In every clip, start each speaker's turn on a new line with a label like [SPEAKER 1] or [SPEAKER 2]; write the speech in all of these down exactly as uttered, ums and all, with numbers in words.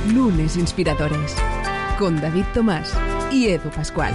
[SPEAKER 1] Lunes Inspiradores, con David Tomás y Edu Pascual.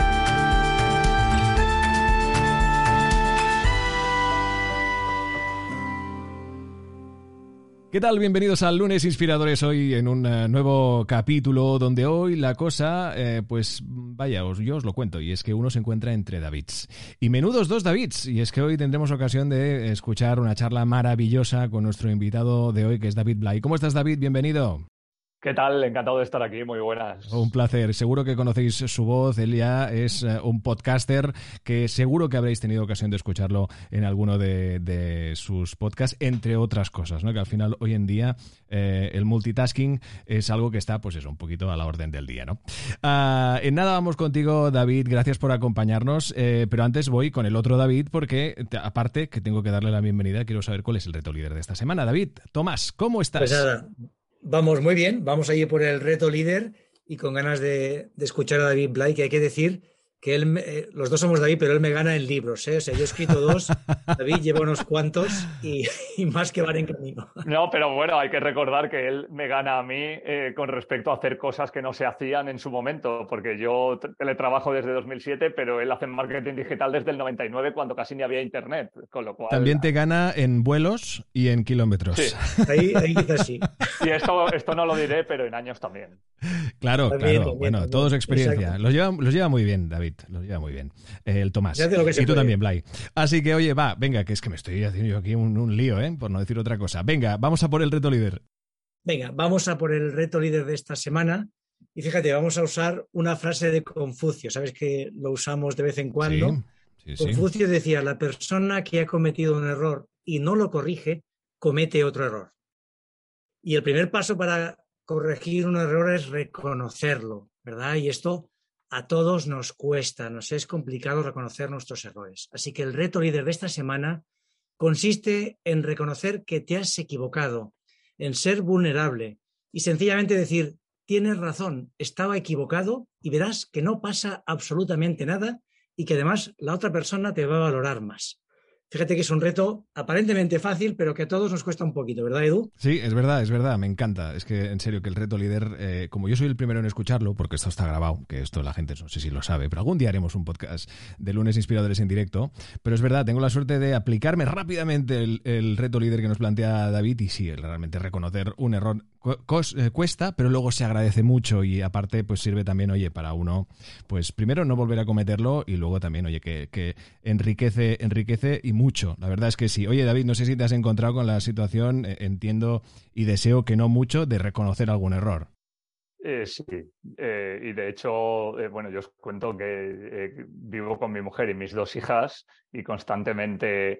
[SPEAKER 2] ¿Qué tal? Bienvenidos al Lunes Inspiradores, hoy en un uh, nuevo capítulo donde hoy la cosa, eh, pues vaya, os, yo os lo cuento, y es que uno se encuentra entre Davids. Y menudos dos Davids, y es que hoy tendremos ocasión de escuchar una charla maravillosa con nuestro invitado de hoy, que es David Blay. ¿Cómo estás, David? Bienvenido.
[SPEAKER 3] ¿Qué tal? Encantado de estar aquí, muy buenas.
[SPEAKER 2] Un placer, seguro que conocéis su voz, él ya es uh, un podcaster que seguro que habréis tenido ocasión de escucharlo en alguno de, de sus podcasts, entre otras cosas, ¿no? Que al final hoy en día eh, el multitasking es algo que está, pues eso, un poquito a la orden del día, ¿no? Uh, en nada, vamos contigo, David, gracias por acompañarnos, eh, pero antes voy con el otro David porque, te, aparte que tengo que darle la bienvenida, quiero saber cuál es el reto líder de esta semana. David, Tomás, ¿cómo estás?
[SPEAKER 4] Pues nada, vamos muy bien, vamos a ir por el reto líder y con ganas de, de escuchar a David Blay, que hay que decir que él, eh, los dos somos David, pero él me gana en libros, ¿eh? O sea, yo he escrito dos, David lleva unos cuantos y, y más que van en camino.
[SPEAKER 3] No, pero bueno, hay que recordar que él me gana a mí eh, con respecto a hacer cosas que no se hacían en su momento, porque yo teletrabajo desde dos mil siete, pero él hace marketing digital desde el noventa y nueve, cuando casi ni había internet, con lo cual...
[SPEAKER 2] También te gana en vuelos y en kilómetros.
[SPEAKER 3] Sí.
[SPEAKER 4] Ahí, ahí quizás sí.
[SPEAKER 3] Y esto, esto no lo diré, pero en años también.
[SPEAKER 2] Claro,
[SPEAKER 4] También,
[SPEAKER 2] claro.
[SPEAKER 4] también,
[SPEAKER 2] Bueno,
[SPEAKER 4] también.
[SPEAKER 2] todo es experiencia.
[SPEAKER 4] Exacto.
[SPEAKER 2] Los lleva, los lleva muy bien, David. Los lleva muy bien. Eh, el Tomás.
[SPEAKER 4] Se hace lo que se
[SPEAKER 2] Y tú
[SPEAKER 4] puede.
[SPEAKER 2] también, Blay. Así que, oye, va, venga, que es que me estoy haciendo yo aquí un, un lío, ¿eh? Por no decir otra cosa. Venga, vamos a por el reto líder.
[SPEAKER 4] Venga, vamos a por el reto líder de esta semana. Y fíjate, vamos a usar una frase de Confucio. Sabes que lo usamos de vez en cuando.
[SPEAKER 2] Sí, sí, sí.
[SPEAKER 4] Confucio decía, la persona que ha cometido un error y no lo corrige, comete otro error. Y el primer paso para corregir un error es reconocerlo, ¿verdad? Y esto a todos nos cuesta, nos es complicado reconocer nuestros errores. Así que el reto líder de esta semana consiste en reconocer que te has equivocado, en ser vulnerable y sencillamente decir, tienes razón, estaba equivocado, y verás que no pasa absolutamente nada y que además la otra persona te va a valorar más. Fíjate que es un reto aparentemente fácil, pero que a todos nos cuesta un poquito, ¿verdad, Edu?
[SPEAKER 2] Sí, es verdad, es verdad, me encanta. Es que, en serio, que el reto líder, eh, como yo soy el primero en escucharlo, porque esto está grabado, que esto la gente no sé si lo sabe, pero algún día haremos un podcast de Lunes Inspiradores en directo, pero es verdad, tengo la suerte de aplicarme rápidamente el, el reto líder que nos plantea David, y sí, realmente reconocer un error cos, eh, cuesta, pero luego se agradece mucho, y aparte pues sirve también, oye, para uno, pues primero no volver a cometerlo, y luego también, oye, que, que enriquece, enriquece y mucho. La verdad es que sí. Oye, David, no sé si te has encontrado con la situación, eh, entiendo y deseo que no mucho, de reconocer algún error.
[SPEAKER 3] Eh, sí, eh, y de hecho, eh, bueno, yo os cuento que eh, vivo con mi mujer y mis dos hijas y constantemente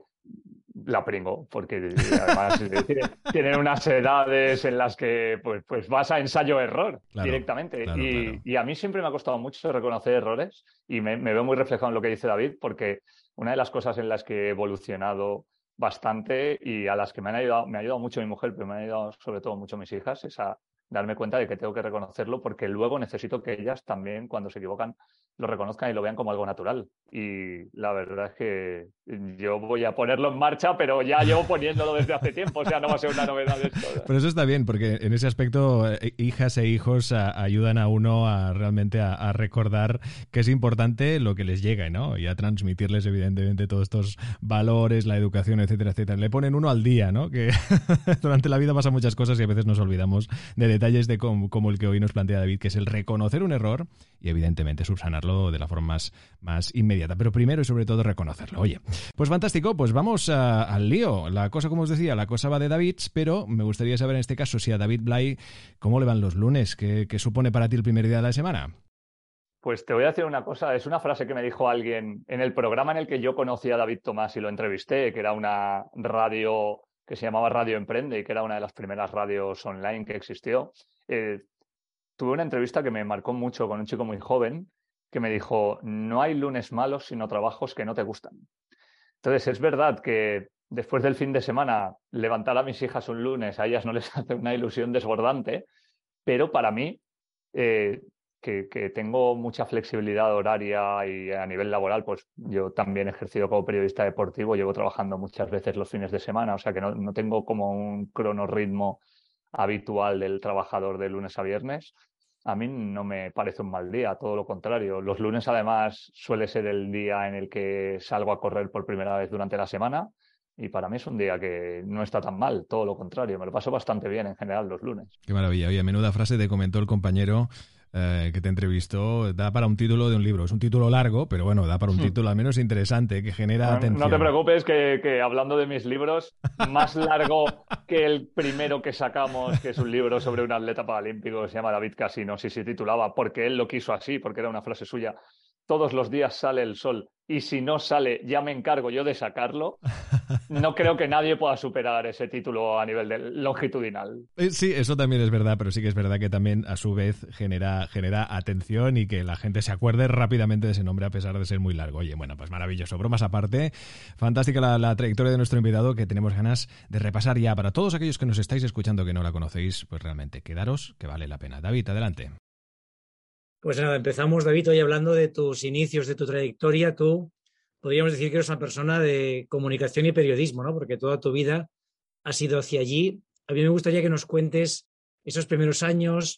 [SPEAKER 3] la pringo, porque además eh, tienen unas edades en las que pues, pues vas a ensayo-error
[SPEAKER 2] Claro,
[SPEAKER 3] directamente.
[SPEAKER 2] claro,
[SPEAKER 3] y,
[SPEAKER 2] claro.
[SPEAKER 3] y a mí siempre me ha costado mucho reconocer errores y me, me veo muy reflejado en lo que dice David, porque una de las cosas en las que he evolucionado bastante y a las que me han ayudado, me ha ayudado mucho mi mujer, pero me han ayudado sobre todo mucho mis hijas, es a darme cuenta de que tengo que reconocerlo, porque luego necesito que ellas también, cuando se equivocan, lo reconozcan y lo vean como algo natural. Y la verdad es que yo voy a ponerlo en marcha, pero ya llevo poniéndolo desde hace tiempo, o sea, no va a ser una novedad de esto, ¿no?
[SPEAKER 2] Pero eso está bien, porque en ese aspecto eh, hijas e hijos a, ayudan a uno a realmente a, a recordar que es importante lo que les llega, ¿no? Y a transmitirles evidentemente todos estos valores, la educación, etcétera, etcétera. Le ponen uno al día, ¿no? Que durante la vida pasan muchas cosas y a veces nos olvidamos de detalles de como, como el que hoy nos plantea David, que es el reconocer un error y evidentemente subsanarlo de la forma más, más inmediata. Pero primero y sobre todo reconocerlo. Oye, pues fantástico, pues vamos a, al lío. La cosa, como os decía, la cosa va de David, pero me gustaría saber en este caso si a David Blay, ¿cómo le van los lunes? ¿Qué, qué supone para ti el primer día de la semana?
[SPEAKER 3] Pues te voy a decir una cosa, es una frase que me dijo alguien en el programa en el que yo conocí a David Tomás y lo entrevisté, que era una radio que se llamaba Radio Emprende y que era una de las primeras radios online que existió. Eh, tuve una entrevista que me marcó mucho con un chico muy joven que me dijo, no hay lunes malos sino trabajos que no te gustan. Entonces es verdad que después del fin de semana levantar a mis hijas un lunes, a ellas no les hace una ilusión desbordante, pero para mí, eh, que, que tengo mucha flexibilidad horaria y a nivel laboral, pues yo también he ejercido como periodista deportivo, llevo trabajando muchas veces los fines de semana, o sea que no, no tengo como un cronorritmo habitual del trabajador de lunes a viernes, a mí no me parece un mal día, todo lo contrario. Los lunes, además, suele ser el día en el que salgo a correr por primera vez durante la semana y para mí es un día que no está tan mal, todo lo contrario. Me lo paso bastante bien en general los lunes.
[SPEAKER 2] Qué maravilla. Oye, menuda frase te comentó el compañero eh, que te entrevistó. Da para un título de un libro. Es un título largo, pero bueno, da para un título al menos interesante, que genera
[SPEAKER 3] No,
[SPEAKER 2] atención.
[SPEAKER 3] no te preocupes que, que hablando de mis libros, más largo que el primero que sacamos, que es un libro sobre un atleta paralímpico que se llama David Casinos y se titulaba Porque él lo quiso así, porque era una frase suya: todos los días sale el sol y si no sale ya me encargo yo de sacarlo. No creo que nadie pueda superar ese título a nivel de longitudinal.
[SPEAKER 2] Sí, eso también es verdad, pero sí que es verdad que también a su vez genera, genera atención y que la gente se acuerde rápidamente de ese nombre a pesar de ser muy largo. Oye, bueno, pues maravilloso. Bromas aparte, fantástica la, la trayectoria de nuestro invitado que tenemos ganas de repasar ya. Para todos aquellos que nos estáis escuchando que no la conocéis, pues realmente quedaros que vale la pena. David, adelante.
[SPEAKER 4] Pues nada, empezamos, David, hoy hablando de tus inicios, de tu trayectoria. Tú podríamos decir que eres una persona de comunicación y periodismo, ¿no? Porque toda tu vida ha sido hacia allí. A mí me gustaría que nos cuentes esos primeros años,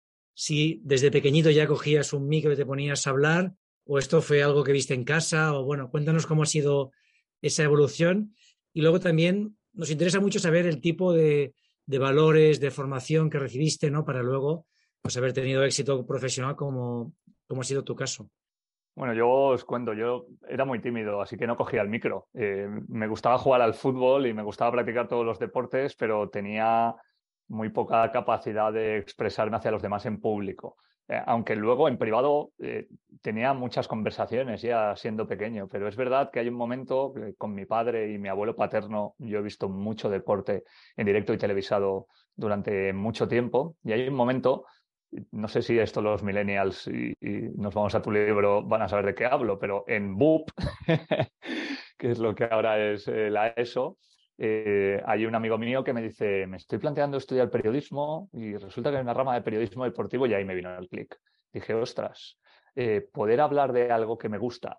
[SPEAKER 4] si desde pequeñito ya cogías un micro y te ponías a hablar, o esto fue algo que viste en casa, o bueno, cuéntanos cómo ha sido esa evolución. Y luego también nos interesa mucho saber el tipo de, de valores, de formación que recibiste, ¿no? Para luego pues haber tenido éxito profesional como, como ha sido tu caso.
[SPEAKER 3] Bueno, yo os cuento, yo era muy tímido, así que no cogía el micro. Eh, me gustaba jugar al fútbol y me gustaba practicar todos los deportes, pero tenía muy poca capacidad de expresarme hacia los demás en público. Eh, aunque luego en privado eh, tenía muchas conversaciones ya siendo pequeño, pero es verdad que hay un momento que con mi padre y mi abuelo paterno, yo he visto mucho deporte en directo y televisado durante mucho tiempo, y hay un momento... No sé si esto los millennials y, y nos vamos a tu libro van a saber de qué hablo, pero en B U P, que es lo que ahora es eh, la ESO, eh, hay un amigo mío que me dice, me estoy planteando estudiar periodismo y resulta que hay una rama de periodismo deportivo y ahí me vino el clic. Dije, ostras, eh, poder hablar de algo que me gusta,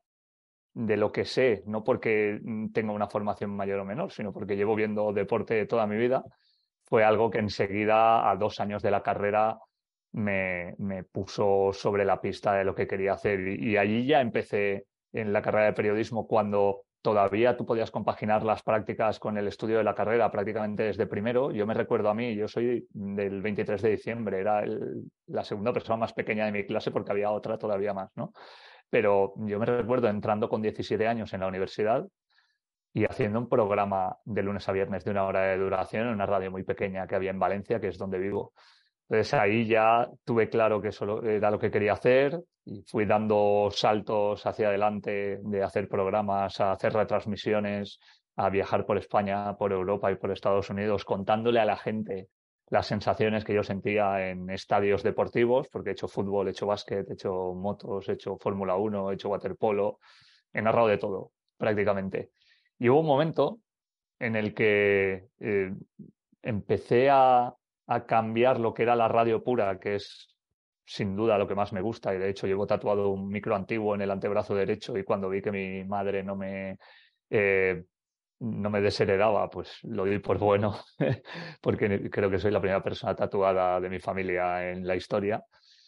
[SPEAKER 3] de lo que sé, no porque tenga una formación mayor o menor, sino porque llevo viendo deporte toda mi vida, fue algo que enseguida, a dos años de la carrera, Me, me puso sobre la pista de lo que quería hacer. Y, y allí ya empecé en la carrera de periodismo cuando todavía tú podías compaginar las prácticas con el estudio de la carrera prácticamente desde primero. Yo me recuerdo a mí, yo soy del veintitrés de diciembre, era el, la segunda persona más pequeña de mi clase porque había otra todavía más, ¿no? Pero yo me recuerdo entrando con diecisiete años en la universidad y haciendo un programa de lunes a viernes de una hora de duración en una radio muy pequeña que había en Valencia, que es donde vivo. Entonces ahí ya tuve claro que eso era lo que quería hacer y fui dando saltos hacia adelante de hacer programas, a hacer retransmisiones, a viajar por España, por Europa y por Estados Unidos, contándole a la gente las sensaciones que yo sentía en estadios deportivos, porque he hecho fútbol, he hecho básquet, he hecho motos, he hecho Fórmula uno, he hecho waterpolo, he narrado de todo prácticamente. Y hubo un momento en el que eh, empecé a a cambiar lo que era la radio pura, que es sin duda lo que más me gusta, y de hecho llevo tatuado un micro antiguo en el antebrazo derecho y cuando vi que mi madre no me, eh, no me desheredaba, pues lo di por bueno, porque creo que soy la primera persona tatuada de mi familia en la historia.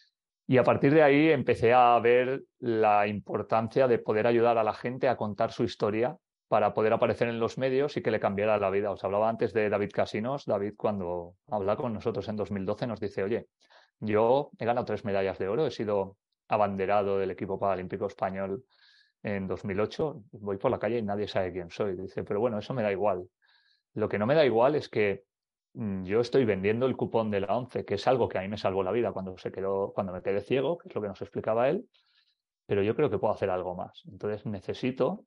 [SPEAKER 3] Y a partir de ahí empecé a ver la importancia de poder ayudar a la gente a contar su historia para poder aparecer en los medios y que le cambiara la vida. Os hablaba antes de David Casinos. David, cuando habla con nosotros en dos mil doce, nos dice, oye, yo he ganado tres medallas de oro, he sido abanderado del equipo paralímpico español en dos mil ocho, voy por la calle y nadie sabe quién soy. Dice, pero bueno, eso me da igual. Lo que no me da igual es que yo estoy vendiendo el cupón de la ONCE, que es algo que a mí me salvó la vida cuando, se quedó, cuando me quedé ciego, que es lo que nos explicaba él, pero yo creo que puedo hacer algo más. Entonces necesito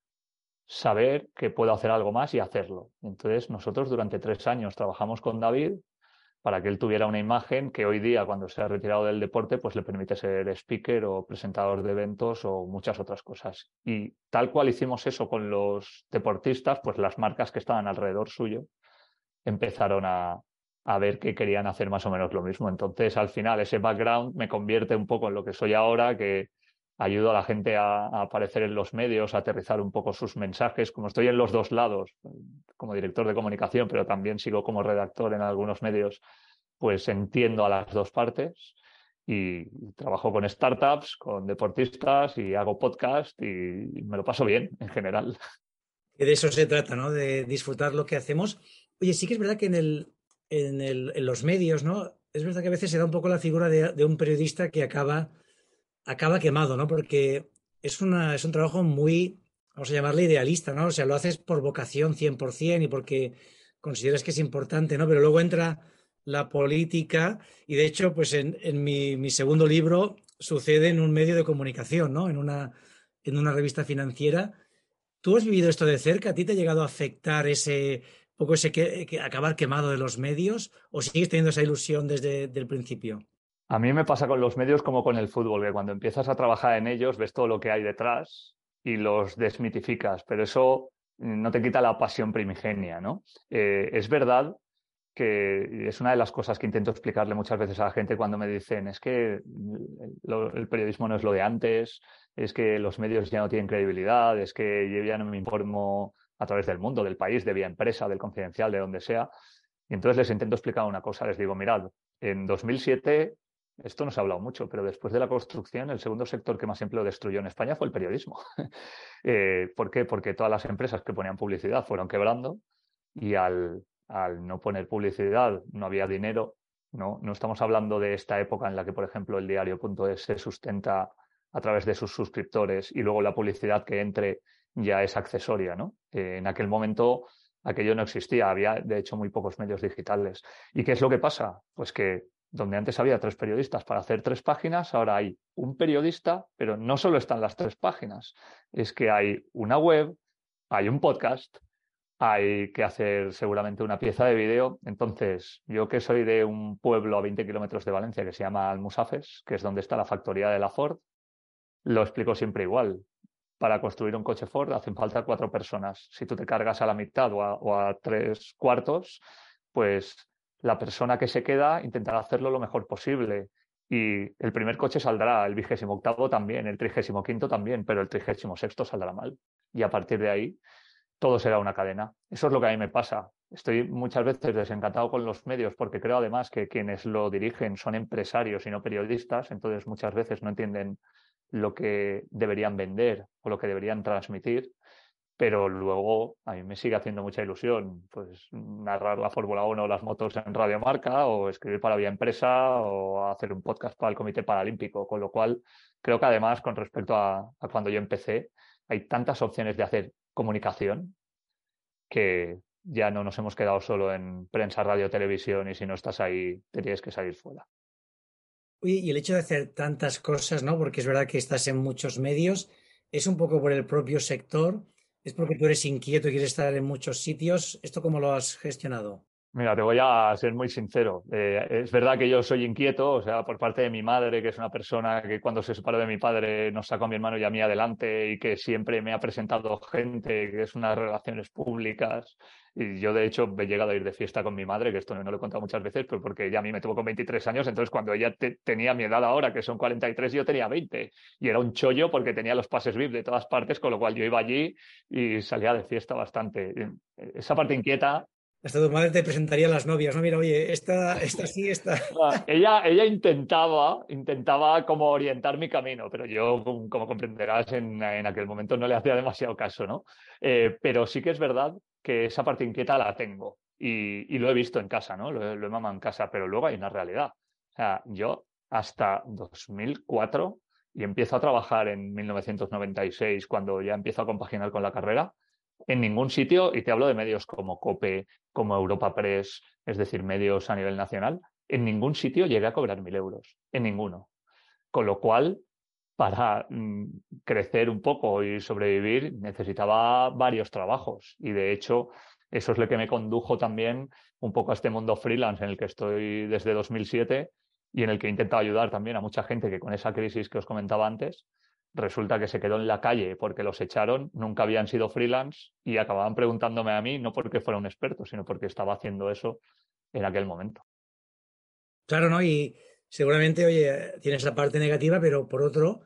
[SPEAKER 3] saber que puedo hacer algo más y hacerlo. Entonces nosotros durante tres años trabajamos con David para que él tuviera una imagen que hoy día, cuando se ha retirado del deporte, pues le permite ser speaker o presentador de eventos o muchas otras cosas. Y tal cual hicimos eso con los deportistas, pues las marcas que estaban alrededor suyo empezaron a, a ver que querían hacer más o menos lo mismo. Entonces, al final, ese background me convierte un poco en lo que soy ahora, que ayudo a la gente a, a aparecer en los medios, a aterrizar un poco sus mensajes. Como estoy en los dos lados, como director de comunicación, pero también sigo como redactor en algunos medios, pues entiendo a las dos partes y trabajo con startups, con deportistas y hago podcast y me lo paso bien en general.
[SPEAKER 4] Que de eso se trata, ¿no? De disfrutar lo que hacemos. Oye, sí que es verdad que en el, en el, en los medios, ¿no? Es verdad que a veces se da un poco la figura de, de un periodista que acaba, acaba quemado, ¿no? Porque es, una, es un trabajo muy, vamos a llamarle idealista, ¿no? O sea, lo haces por vocación cien por ciento y porque consideras que es importante, ¿no? Pero luego entra la política y de hecho, pues en, en mi, mi segundo libro sucede en un medio de comunicación, ¿no? En una, en una revista financiera. ¿Tú has vivido esto de cerca? ¿A ti te ha llegado a afectar ese poco ese que, que acabar quemado de los medios o sigues teniendo esa ilusión desde el principio?
[SPEAKER 3] A mí me pasa con los medios como con el fútbol, que cuando empiezas a trabajar en ellos ves todo lo que hay detrás y los desmitificas, pero eso no te quita la pasión primigenia, ¿no? Eh, es verdad que es una de las cosas que intento explicarle muchas veces a la gente cuando me dicen es que lo, el periodismo no es lo de antes, es que los medios ya no tienen credibilidad, es que yo ya no me informo a través del mundo, del país, de vía empresa, del Confidencial, de donde sea. Y entonces les intento explicar una cosa, les digo, mirad, en dos mil siete, esto no se ha hablado mucho, pero después de la construcción, el segundo sector que más empleo destruyó en España fue el periodismo. eh, ¿Por qué? Porque todas las empresas que ponían publicidad fueron quebrando y al al no poner publicidad no había dinero, ¿no? No estamos hablando de esta época en la que, por ejemplo, el diario punto es se sustenta a través de sus suscriptores y luego la publicidad que entre ya es accesoria, ¿no? Eh, en aquel momento aquello no existía, había de hecho muy pocos medios digitales. ¿Y qué es lo que pasa? Pues que donde antes había tres periodistas para hacer tres páginas, ahora hay un periodista, pero no solo están las tres páginas, es que hay una web, hay un podcast, hay que hacer seguramente una pieza de vídeo. Entonces, yo que soy de un pueblo a veinte kilómetros de Valencia que se llama Almusafes, que es donde está la factoría de la Ford, lo explico siempre igual. Para construir un coche Ford hacen falta cuatro personas. Si tú te cargas a la mitad o a, o a tres cuartos, pues la persona que se queda intentará hacerlo lo mejor posible. Y el primer coche saldrá, el vigésimo octavo también, el trigésimo quinto también, pero el trigésimo sexto saldrá mal. Y a partir de ahí todo será una cadena. Eso es lo que a mí me pasa. Estoy muchas veces desencantado con los medios porque creo además que quienes lo dirigen son empresarios y no periodistas, entonces muchas veces no entienden lo que deberían vender o lo que deberían transmitir, pero luego a mí me sigue haciendo mucha ilusión pues narrar la Fórmula uno o las motos en Radio Marca o escribir para Vía Empresa o hacer un podcast para el Comité Paralímpico, con lo cual creo que además con respecto a, a cuando yo empecé hay tantas opciones de hacer comunicación que ya no nos hemos quedado solo en prensa, radio, televisión y si no estás ahí te tienes que salir fuera.
[SPEAKER 4] Oye, y el hecho de hacer tantas cosas, ¿no? Porque es verdad que estás en muchos medios, es un poco por el propio sector, es porque tú eres inquieto y quieres estar en muchos sitios. ¿Esto cómo lo has gestionado?
[SPEAKER 3] Mira, te voy a ser muy sincero. Eh, es verdad que yo soy inquieto, o sea, por parte de mi madre, que es una persona que cuando se separó de mi padre nos sacó a mi hermano y a mí adelante y que siempre me ha presentado gente, que es unas relaciones públicas. Y yo, de hecho, he llegado a ir de fiesta con mi madre, que esto no, no lo he contado muchas veces, pero porque ella a mí me tuvo con veintitrés años, entonces cuando ella te, tenía mi edad ahora, que son cuarenta y tres, yo tenía veinte. Y era un chollo porque tenía los pases V I P de todas partes, con lo cual yo iba allí y salía de fiesta bastante. Esa parte inquieta.
[SPEAKER 4] Hasta tu madre te presentaría a las novias, ¿no? Mira, oye, esta, esta sí, esta.
[SPEAKER 3] Ella, ella intentaba, intentaba como orientar mi camino, pero yo, como comprenderás, en, en aquel momento no le hacía demasiado caso, ¿no? Eh, pero sí que es verdad que esa parte inquieta la tengo y, y lo he visto en casa, ¿no? Lo, lo he mamado en casa, pero luego hay una realidad. O sea, yo hasta dos mil cuatro y empiezo a trabajar en mil novecientos noventa y seis, cuando ya empiezo a compaginar con la carrera, en ningún sitio, y te hablo de medios como COPE, como Europa Press, es decir, medios a nivel nacional, en ningún sitio llegué a cobrar mil euros, en ninguno. Con lo cual, para mm, crecer un poco y sobrevivir, necesitaba varios trabajos. Y de hecho, eso es lo que me condujo también un poco a este mundo freelance en el que estoy desde dos mil siete y en el que he intentado ayudar también a mucha gente que con esa crisis que os comentaba antes, resulta que se quedó en la calle porque los echaron, nunca habían sido freelance y acababan preguntándome a mí, no porque fuera un experto, sino porque estaba haciendo eso en aquel momento.
[SPEAKER 4] Claro, ¿no? Y seguramente, oye, tienes la parte negativa, pero por otro,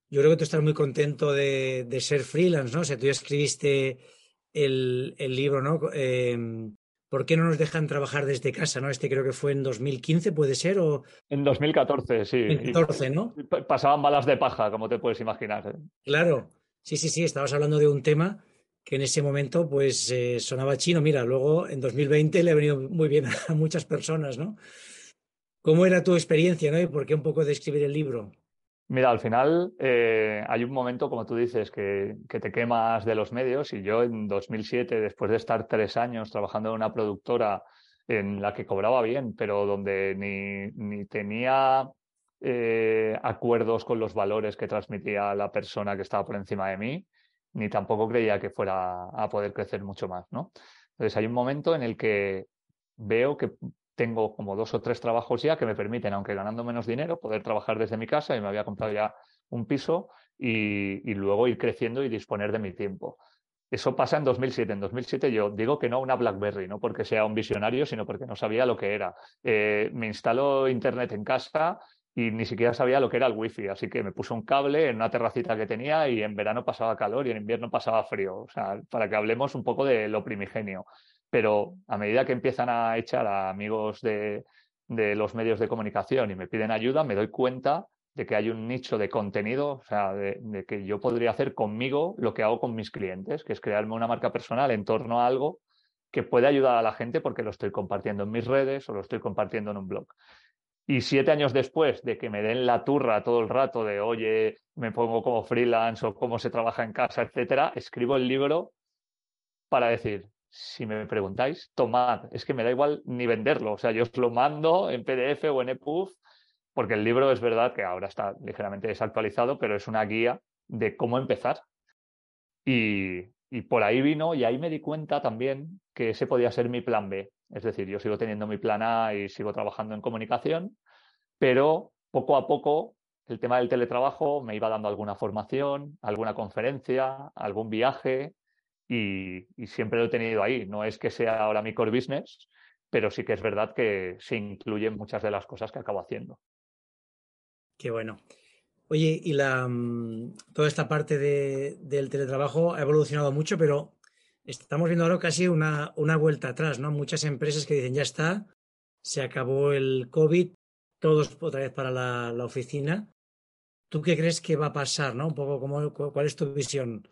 [SPEAKER 4] yo creo que tú estás muy contento de, de ser freelance, ¿no? O sea, tú ya escribiste el, el libro, ¿no? Eh, ¿por qué no nos dejan trabajar desde casa, ¿no? Este creo que fue en dos mil quince, ¿puede ser? O
[SPEAKER 3] En dos mil catorce, sí.
[SPEAKER 4] en
[SPEAKER 3] Y,
[SPEAKER 4] catorce, ¿no?
[SPEAKER 3] y pasaban balas de paja, como te puedes imaginar. ¿Eh?
[SPEAKER 4] Claro, sí, sí, sí, estabas hablando de un tema que en ese momento pues eh, sonaba chino. Mira, luego en dos mil veinte le ha venido muy bien a muchas personas, ¿no? ¿Cómo era tu experiencia, ¿no? Y por qué un poco de escribir el libro.
[SPEAKER 3] Mira, al final eh, hay un momento, como tú dices, que, que te quemas de los medios y yo en dos mil siete, después de estar tres años trabajando en una productora en la que cobraba bien, pero donde ni, ni tenía eh, acuerdos con los valores que transmitía la persona que estaba por encima de mí, ni tampoco creía que fuera a poder crecer mucho más, ¿no? Entonces hay un momento en el que veo que tengo como dos o tres trabajos ya que me permiten, aunque ganando menos dinero, poder trabajar desde mi casa y me había comprado ya un piso y, y luego ir creciendo y disponer de mi tiempo. Eso pasa en dos mil siete. En dos mil siete yo digo que no a una BlackBerry, no porque sea un visionario, sino porque no sabía lo que era. Eh, me instaló internet en casa y ni siquiera sabía lo que era el wifi, así que me puse un cable en una terracita que tenía y en verano pasaba calor y en invierno pasaba frío. O sea, para que hablemos un poco de lo primigenio. Pero a medida que empiezan a echar a amigos de, de los medios de comunicación y me piden ayuda, me doy cuenta de que hay un nicho de contenido, o sea, de, de, que yo podría hacer conmigo lo que hago con mis clientes, que es crearme una marca personal en torno a algo que puede ayudar a la gente porque lo estoy compartiendo en mis redes o lo estoy compartiendo en un blog. Y siete años después de que me den la turra todo el rato de, oye, me pongo como freelance o cómo se trabaja en casa, etcétera, escribo el libro para decir, si me preguntáis, tomad, es que me da igual ni venderlo, o sea, yo os lo mando en P D F o en E P U B, porque el libro es verdad que ahora está ligeramente desactualizado, pero es una guía de cómo empezar. Y, y por ahí vino y ahí me di cuenta también que ese podía ser mi plan B. Es decir, yo sigo teniendo mi plan A y sigo trabajando en comunicación, pero poco a poco el tema del teletrabajo me iba dando alguna formación, alguna conferencia, algún viaje y, y siempre lo he tenido ahí. No es que sea ahora mi core business, pero sí que es verdad que se incluyen muchas de las cosas que acabo haciendo.
[SPEAKER 4] Qué bueno. Oye, y la, toda esta parte de, del teletrabajo ha evolucionado mucho, pero estamos viendo ahora casi una, una vuelta atrás, ¿no? Muchas empresas que dicen, ya está, se acabó el COVID, todos otra vez para la, la oficina. ¿Tú qué crees que va a pasar, ¿no? Un poco, ¿cómo, ¿cuál es tu visión?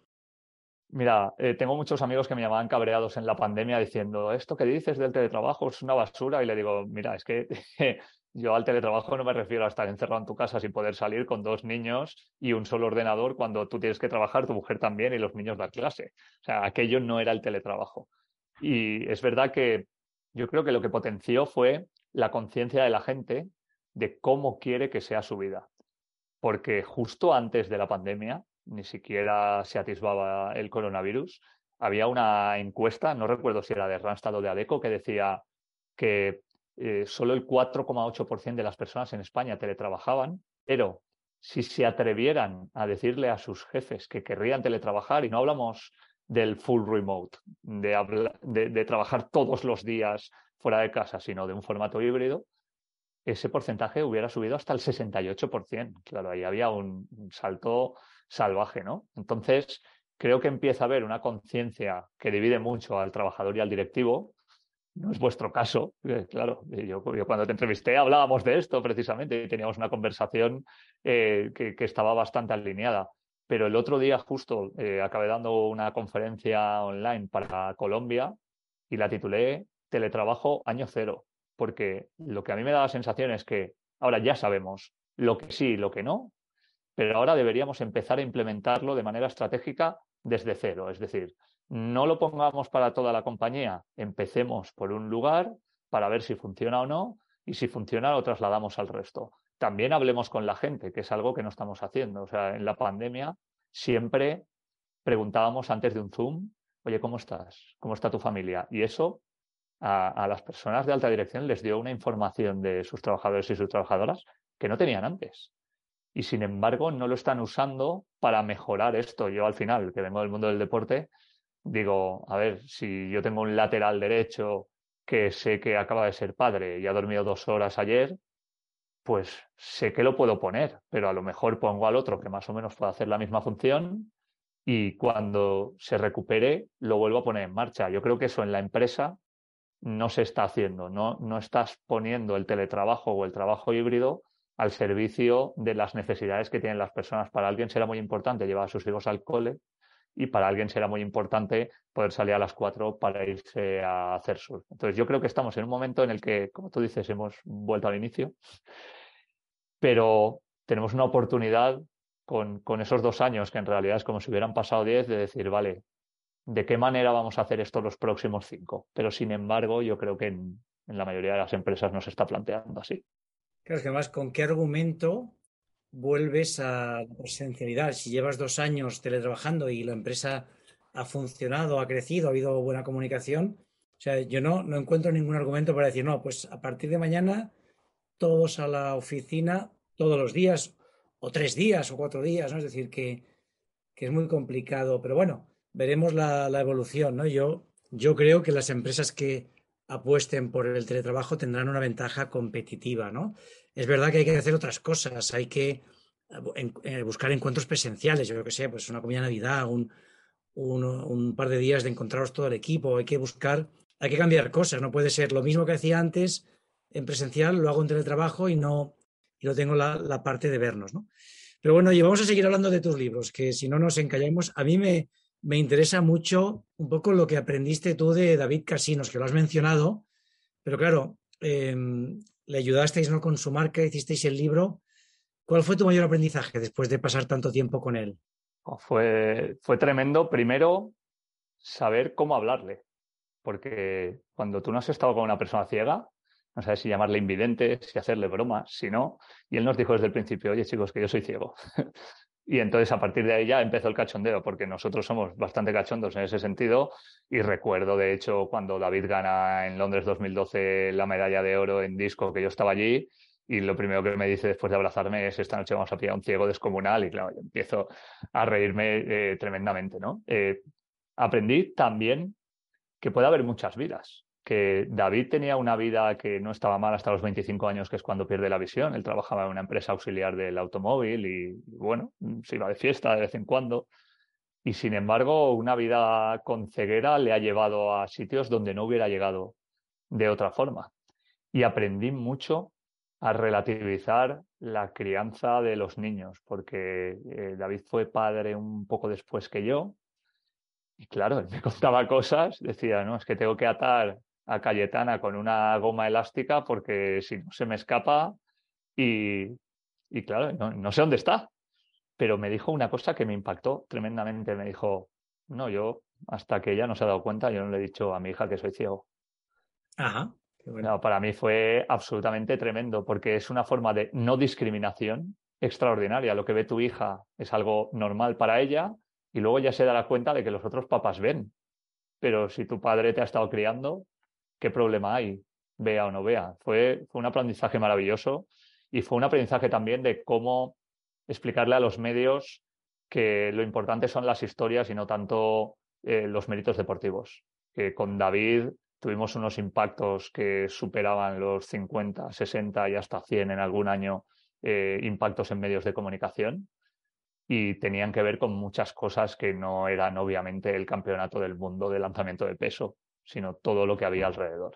[SPEAKER 3] Mira, eh, tengo muchos amigos que me llamaban cabreados en la pandemia diciendo, esto que dices del teletrabajo es una basura. Y le digo, mira, es que yo al teletrabajo no me refiero a estar encerrado en tu casa sin poder salir con dos niños y un solo ordenador cuando tú tienes que trabajar, tu mujer también y los niños dar clase. O sea, aquello no era el teletrabajo. Y es verdad que yo creo que lo que potenció fue la conciencia de la gente de cómo quiere que sea su vida. Porque justo antes de la pandemia, ni siquiera se atisbaba el coronavirus, había una encuesta, no recuerdo si era de Randstad o de Adecco, que decía que eh, solo el cuatro coma ocho por ciento de las personas en España teletrabajaban, pero si se atrevieran a decirle a sus jefes que querrían teletrabajar, y no hablamos del full remote, de, habla, de, de trabajar todos los días fuera de casa, sino de un formato híbrido, ese porcentaje hubiera subido hasta el sesenta y ocho por ciento. Claro, ahí había un, un salto salvaje, ¿no? Entonces, creo que empieza a haber una conciencia que divide mucho al trabajador y al directivo. No es vuestro caso, claro. Yo, yo cuando te entrevisté hablábamos de esto precisamente y teníamos una conversación eh, que, que estaba bastante alineada. Pero el otro día justo eh, acabé dando una conferencia online para Colombia y la titulé Teletrabajo año cero, porque lo que a mí me da la sensación es que ahora ya sabemos lo que sí y lo que no, pero ahora deberíamos empezar a implementarlo de manera estratégica desde cero. Es decir, no lo pongamos para toda la compañía, empecemos por un lugar para ver si funciona o no y si funciona lo trasladamos al resto. También hablemos con la gente, que es algo que no estamos haciendo. O sea, en la pandemia siempre preguntábamos antes de un Zoom, oye, ¿cómo estás? ¿Cómo está tu familia? Y eso a, a las personas de alta dirección les dio una información de sus trabajadores y sus trabajadoras que no tenían antes. Y sin embargo no lo están usando para mejorar esto. Yo al final, que vengo del mundo del deporte, digo, a ver, si yo tengo un lateral derecho que sé que acaba de ser padre y ha dormido dos horas ayer, pues sé que lo puedo poner, pero a lo mejor pongo al otro que más o menos puede hacer la misma función y cuando se recupere lo vuelvo a poner en marcha. Yo creo que eso en la empresa no se está haciendo, no, no estás poniendo el teletrabajo o el trabajo híbrido al servicio de las necesidades que tienen las personas. Para alguien será muy importante llevar a sus hijos al cole y para alguien será muy importante poder salir a las cuatro para irse a hacer surf. Entonces yo creo que estamos en un momento en el que, como tú dices, hemos vuelto al inicio, pero tenemos una oportunidad con, con esos dos años, que en realidad es como si hubieran pasado diez, de decir, vale, ¿de qué manera vamos a hacer esto los próximos cinco? Pero sin embargo, yo creo que en, en la mayoría de las empresas no se está planteando así.
[SPEAKER 4] Claro, es que además, ¿con qué argumento vuelves a la presencialidad? Si llevas dos años teletrabajando y la empresa ha funcionado, ha crecido, ha habido buena comunicación, o sea, yo no, no encuentro ningún argumento para decir, no, pues a partir de mañana todos a la oficina todos los días, o tres días, o cuatro días, ¿no? Es decir, que, que es muy complicado, pero bueno, veremos la, la evolución, ¿no? Yo, yo creo que las empresas que apuesten por el teletrabajo tendrán una ventaja competitiva, ¿no? Es verdad que hay que hacer otras cosas, hay que en, eh, buscar encuentros presenciales, yo creo que sé, pues una comida de Navidad, un, un, un par de días de encontraros todo el equipo, hay que buscar, hay que cambiar cosas, no puede ser lo mismo que hacía antes en presencial, lo hago en teletrabajo y no y no tengo la, la parte de vernos, ¿no? Pero bueno, y vamos a seguir hablando de tus libros, que si no nos encallamos, a mí me, me interesa mucho un poco lo que aprendiste tú de David Casinos, que lo has mencionado, pero claro, eh, le ayudasteis, ¿no?, con su marca, hicisteis el libro. ¿Cuál fue tu mayor aprendizaje después de pasar tanto tiempo con él?
[SPEAKER 3] Oh, fue, fue tremendo, primero, saber cómo hablarle, porque cuando tú no has estado con una persona ciega, no sabes si llamarle invidente, si hacerle bromas, si no. Y él nos dijo desde el principio, oye chicos, que yo soy ciego. Y entonces a partir de ahí ya empezó el cachondeo, porque nosotros somos bastante cachondos en ese sentido. Y recuerdo, de hecho, cuando David gana en Londres dos mil doce la medalla de oro en disco, que yo estaba allí, y lo primero que me dice después de abrazarme es, esta noche vamos a pillar un ciego descomunal. Y claro, yo empiezo a reírme eh, tremendamente, ¿no? Eh, aprendí también que puede haber muchas vidas, que David tenía una vida que no estaba mal hasta los veinticinco años, que es cuando pierde la visión. Él trabajaba en una empresa auxiliar del automóvil y, bueno, se iba de fiesta de vez en cuando. Y, sin embargo, una vida con ceguera le ha llevado a sitios donde no hubiera llegado de otra forma. Y aprendí mucho a relativizar la crianza de los niños, porque eh, David fue padre un poco después que yo. Y claro, él me contaba cosas, decía, no, es que tengo que atar a Cayetana con una goma elástica porque si no se me escapa y, y claro, no, no sé dónde está. Pero me dijo una cosa que me impactó tremendamente. Me dijo, no, yo hasta que ella no se ha dado cuenta, yo no le he dicho a mi hija que soy ciego.
[SPEAKER 4] Ajá, qué bueno.
[SPEAKER 3] No, para mí fue absolutamente tremendo porque es una forma de no discriminación extraordinaria. Lo que ve tu hija es algo normal para ella y luego ya se dará cuenta de que los otros papás ven. Pero si tu padre te ha estado criando, ¿qué problema hay? Vea o no vea. Fue, fue un aprendizaje maravilloso y fue un aprendizaje también de cómo explicarle a los medios que lo importante son las historias y no tanto eh, los méritos deportivos. Que con David tuvimos unos impactos que superaban los cincuenta, sesenta y hasta cien en algún año eh, impactos en medios de comunicación. Y tenían que ver con muchas cosas que no eran obviamente el campeonato del mundo de lanzamiento de peso, sino todo lo que había alrededor.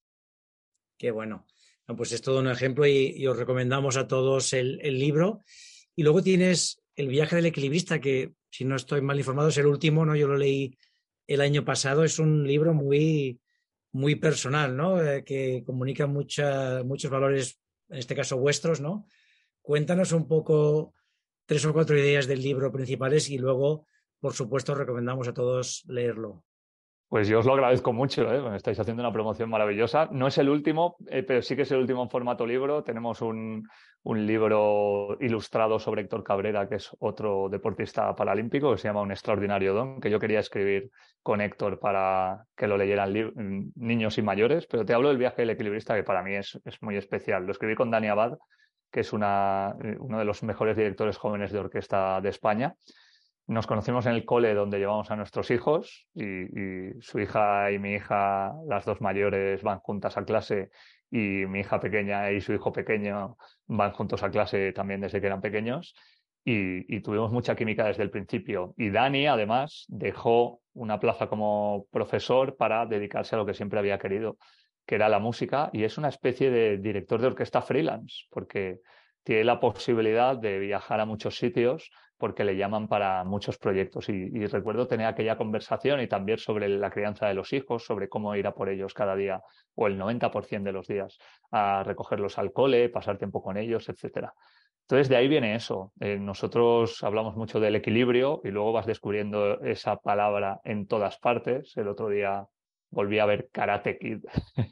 [SPEAKER 4] Qué bueno. No, pues es todo un ejemplo y, y os recomendamos a todos el, el libro. Y luego tienes El viaje del equilibrista, que si no estoy mal informado es el último, ¿no? Yo lo leí el año pasado. Es un libro muy, muy personal, ¿no? Eh, que comunica mucha, muchos valores, en este caso vuestros, ¿no? Cuéntanos un poco tres o cuatro ideas del libro principales y luego, por supuesto, recomendamos a todos leerlo.
[SPEAKER 3] Pues yo os lo agradezco mucho, ¿eh? Me estáis haciendo una promoción maravillosa. No es el último, eh, pero sí que es el último en formato libro. Tenemos un, un libro ilustrado sobre Héctor Cabrera, que es otro deportista paralímpico, que se llama Un extraordinario don, que yo quería escribir con Héctor para que lo leyeran niños y mayores. Pero te hablo del viaje del equilibrista, que para mí es, es muy especial. Lo escribí con Dani Abad, que es una, uno de los mejores directores jóvenes de orquesta de España. Nos conocimos en el cole donde llevamos a nuestros hijos y, y su hija y mi hija, las dos mayores, van juntas a clase y mi hija pequeña y su hijo pequeño van juntos a clase también desde que eran pequeños y, y tuvimos mucha química desde el principio. Y Dani, además, dejó una plaza como profesor para dedicarse a lo que siempre había querido, que era la música, y es una especie de director de orquesta freelance, porque tiene la posibilidad de viajar a muchos sitios porque le llaman para muchos proyectos. Y, y recuerdo tener aquella conversación y también sobre la crianza de los hijos, sobre cómo ir a por ellos cada día o el noventa por ciento de los días, a recogerlos al cole, pasar tiempo con ellos, etcétera. Entonces, de ahí viene eso. Eh, nosotros hablamos mucho del equilibrio y luego vas descubriendo esa palabra en todas partes. El otro día volví a ver Karate Kid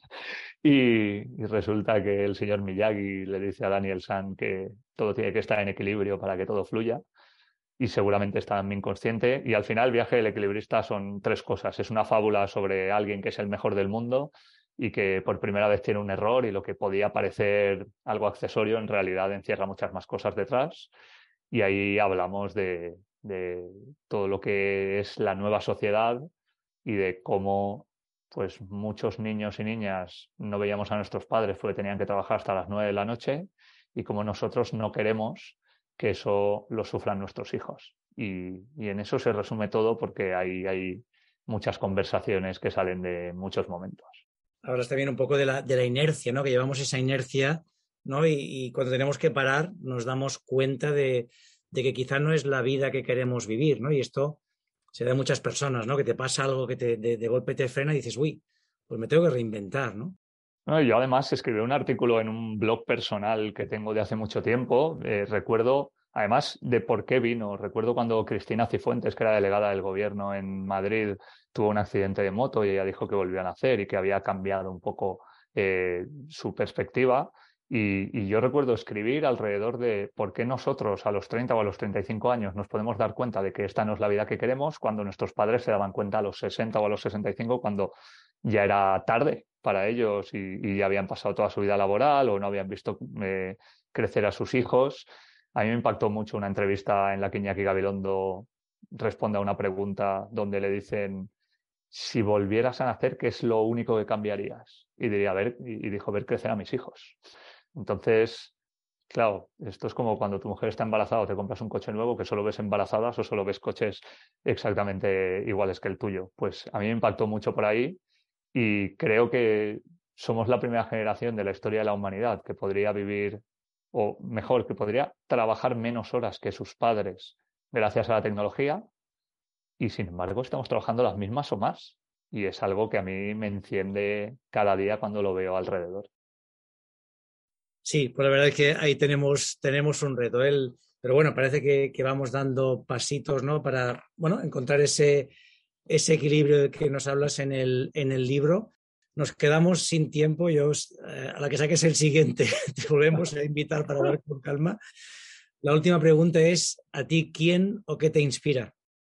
[SPEAKER 3] y, y resulta que el señor Miyagi le dice a Daniel San que todo tiene que estar en equilibrio para que todo fluya. Y seguramente está en mi inconsciente. Y al final, el viaje del equilibrista son tres cosas. Es una fábula sobre alguien que es el mejor del mundo y que por primera vez tiene un error y lo que podía parecer algo accesorio en realidad encierra muchas más cosas detrás. Y ahí hablamos de, de todo lo que es la nueva sociedad y de cómo pues, muchos niños y niñas no veíamos a nuestros padres porque tenían que trabajar hasta las nueve de la noche y cómo nosotros no queremos que eso lo sufran nuestros hijos. Y, y en eso se resume todo porque hay, hay muchas conversaciones que salen de muchos momentos.
[SPEAKER 4] Hablas también un poco de la, de la inercia, ¿no? Que llevamos esa inercia, ¿no? Y, y cuando tenemos que parar nos damos cuenta de, de que quizá no es la vida que queremos vivir, ¿no? Y esto se da a muchas personas, ¿no? Que te pasa algo que te, de, de golpe te frena y dices, uy, pues me tengo que reinventar, ¿no?
[SPEAKER 3] No, yo además escribí un artículo en un blog personal que tengo de hace mucho tiempo. Eh, recuerdo, además, de por qué vino. Recuerdo cuando Cristina Cifuentes, que era delegada del gobierno en Madrid, tuvo un accidente de moto y ella dijo que volvió a nacer y que había cambiado un poco eh, su perspectiva. Y, y yo recuerdo escribir alrededor de por qué nosotros a los treinta o a los treinta y cinco años nos podemos dar cuenta de que esta no es la vida que queremos cuando nuestros padres se daban cuenta a los sesenta o a los sesenta y cinco cuando ya era tarde para ellos y, y ya habían pasado toda su vida laboral o no habían visto eh, crecer a sus hijos. A mí me impactó mucho una entrevista en la que Iñaki Gabilondo responde a una pregunta donde le dicen si volvieras a nacer, ¿qué es lo único que cambiarías? Y diría, a ver, y, y dijo, ver crecer a mis hijos. Entonces, claro, esto es como cuando tu mujer está embarazada o te compras un coche nuevo que solo ves embarazadas o solo ves coches exactamente iguales que el tuyo. Pues a mí me impactó mucho por ahí. Y creo que somos la primera generación de la historia de la humanidad que podría vivir, o mejor, que podría trabajar menos horas que sus padres gracias a la tecnología, y sin embargo estamos trabajando las mismas o más. Y es algo que a mí me enciende cada día cuando lo veo alrededor.
[SPEAKER 4] Sí, pues la verdad es que ahí tenemos, tenemos un reto. El, pero bueno, parece que, que vamos dando pasitos, ¿no? Para, bueno, encontrar ese... ese equilibrio del que nos hablas en el, en el libro. Nos quedamos sin tiempo. Yo, eh, a la que saques el siguiente, te volvemos a invitar para hablar con calma. La última pregunta es, ¿a ti quién o qué te inspira?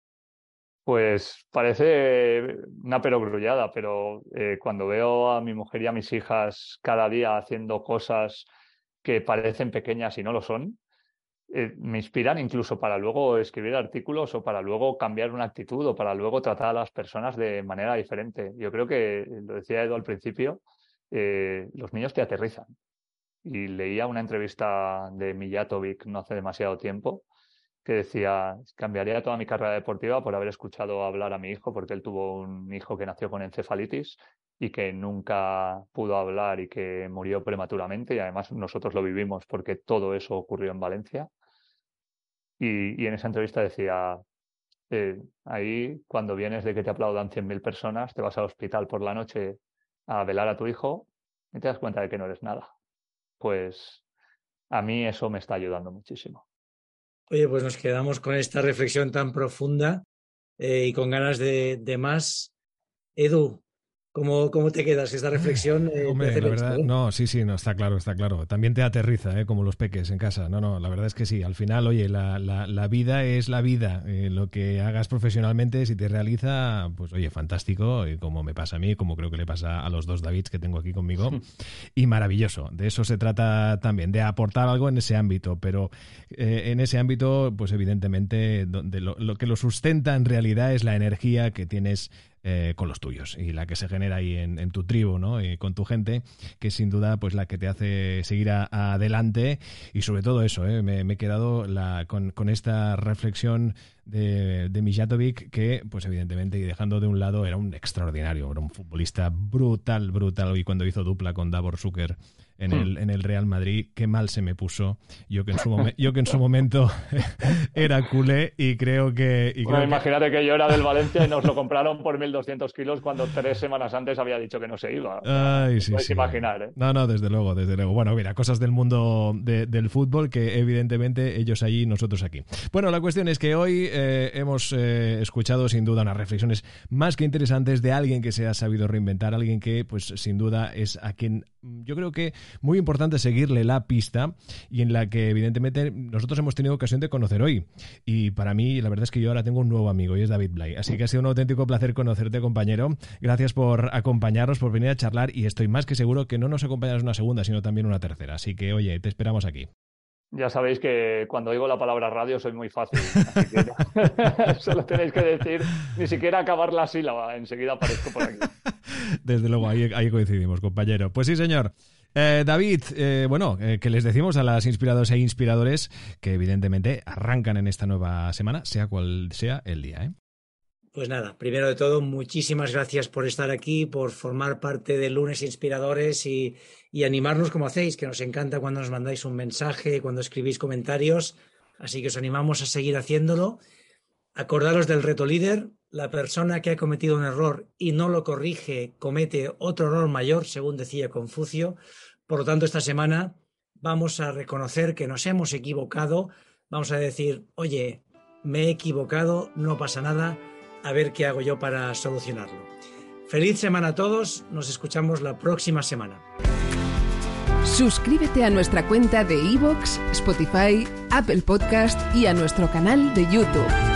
[SPEAKER 3] Pues parece una perogrullada, pero eh, cuando veo a mi mujer y a mis hijas cada día haciendo cosas que parecen pequeñas y no lo son, Eh, me inspiran incluso para luego escribir artículos o para luego cambiar una actitud o para luego tratar a las personas de manera diferente. Yo creo que, lo decía Edu al principio, eh, los niños te aterrizan. Y leía una entrevista de Mijatovic no hace demasiado tiempo que decía, cambiaría toda mi carrera deportiva por haber escuchado hablar a mi hijo, porque él tuvo un hijo que nació con encefalitis y que nunca pudo hablar y que murió prematuramente, y además nosotros lo vivimos porque todo eso ocurrió en Valencia. Y, y en esa entrevista decía, eh, ahí cuando vienes de que te aplaudan cien mil personas, te vas al hospital por la noche a velar a tu hijo y te das cuenta de que no eres nada. Pues a mí eso me está ayudando muchísimo.
[SPEAKER 4] Oye, pues nos quedamos con esta reflexión tan profunda eh, y con ganas de, de más. Edu, ¿Cómo, cómo te quedas esta reflexión? Eh,
[SPEAKER 2] Hombre, la verdad,
[SPEAKER 4] ¿eh?
[SPEAKER 2] no, sí, sí, no, está claro, está claro. También te aterriza, ¿eh? Como los peques en casa. No, no, la verdad es que sí. Al final, oye, la, la, la vida es la vida. Eh, lo que hagas profesionalmente, si te realiza, pues oye, fantástico, y como me pasa a mí, como creo que le pasa a los dos Davids que tengo aquí conmigo. Y maravilloso. De eso se trata también, de aportar algo en ese ámbito. Pero eh, en ese ámbito, pues evidentemente, donde lo, lo que lo sustenta en realidad es la energía que tienes Eh, con los tuyos y la que se genera ahí en, en tu tribu, ¿no? Y con tu gente, que es sin duda pues la que te hace seguir a, a adelante. Y sobre todo eso, ¿eh? me, me he quedado la, con, con esta reflexión de, de Mijatovic, que pues evidentemente, y dejando de un lado, era un extraordinario, era un futbolista brutal, brutal, y cuando hizo dupla con Davor Zucker en el, en el Real Madrid, qué mal se me puso yo que en su, momen, yo que en su momento era culé, y creo que... Y
[SPEAKER 3] bueno,
[SPEAKER 2] creo
[SPEAKER 3] imagínate
[SPEAKER 2] que...
[SPEAKER 3] que yo era del Valencia y nos lo compraron por mil doscientos kilos cuando tres semanas antes había dicho que no se iba. O sea,
[SPEAKER 2] Ay, sí,
[SPEAKER 3] puedes
[SPEAKER 2] sí.
[SPEAKER 3] imaginar, ¿eh?
[SPEAKER 2] No, no, desde luego, desde luego. Bueno, mira, cosas del mundo de, del fútbol que evidentemente ellos allí, nosotros aquí. Bueno, la cuestión es que hoy eh, hemos eh, escuchado sin duda unas reflexiones más que interesantes de alguien que se ha sabido reinventar, alguien que pues sin duda es a quien yo creo que muy importante seguirle la pista, y en la que evidentemente nosotros hemos tenido ocasión de conocer hoy. Y para mí la verdad es que yo ahora tengo un nuevo amigo, y es David Blay. Así que ha sido un auténtico placer conocerte, compañero. Gracias por acompañarnos, por venir a charlar, y estoy más que seguro que no nos acompañas una segunda, sino también una tercera. Así que, oye, te esperamos aquí.
[SPEAKER 3] Ya sabéis que cuando digo la palabra radio soy muy fácil, así que ya, solo tenéis que decir, ni siquiera acabar la sílaba, enseguida aparezco por aquí.
[SPEAKER 2] Desde luego, ahí, ahí coincidimos, compañero. Pues sí, señor. Eh, David, eh, bueno, eh, que les decimos a las inspiradoras e inspiradores que evidentemente arrancan en esta nueva semana, sea cual sea el día, ¿eh?
[SPEAKER 4] Pues nada, primero de todo, muchísimas gracias por estar aquí, por formar parte de Lunes Inspiradores y, y animarnos como hacéis, que nos encanta cuando nos mandáis un mensaje, cuando escribís comentarios, así que os animamos a seguir haciéndolo. Acordaros del reto líder: la persona que ha cometido un error y no lo corrige comete otro error mayor, según decía Confucio. Por lo tanto, esta semana vamos a reconocer que nos hemos equivocado, vamos a decir, oye, me he equivocado, no pasa nada, a ver qué hago yo para solucionarlo. Feliz semana a todos, nos escuchamos la próxima semana.
[SPEAKER 1] Suscríbete a nuestra cuenta de iVoox, Spotify, Apple Podcast y a nuestro canal de YouTube.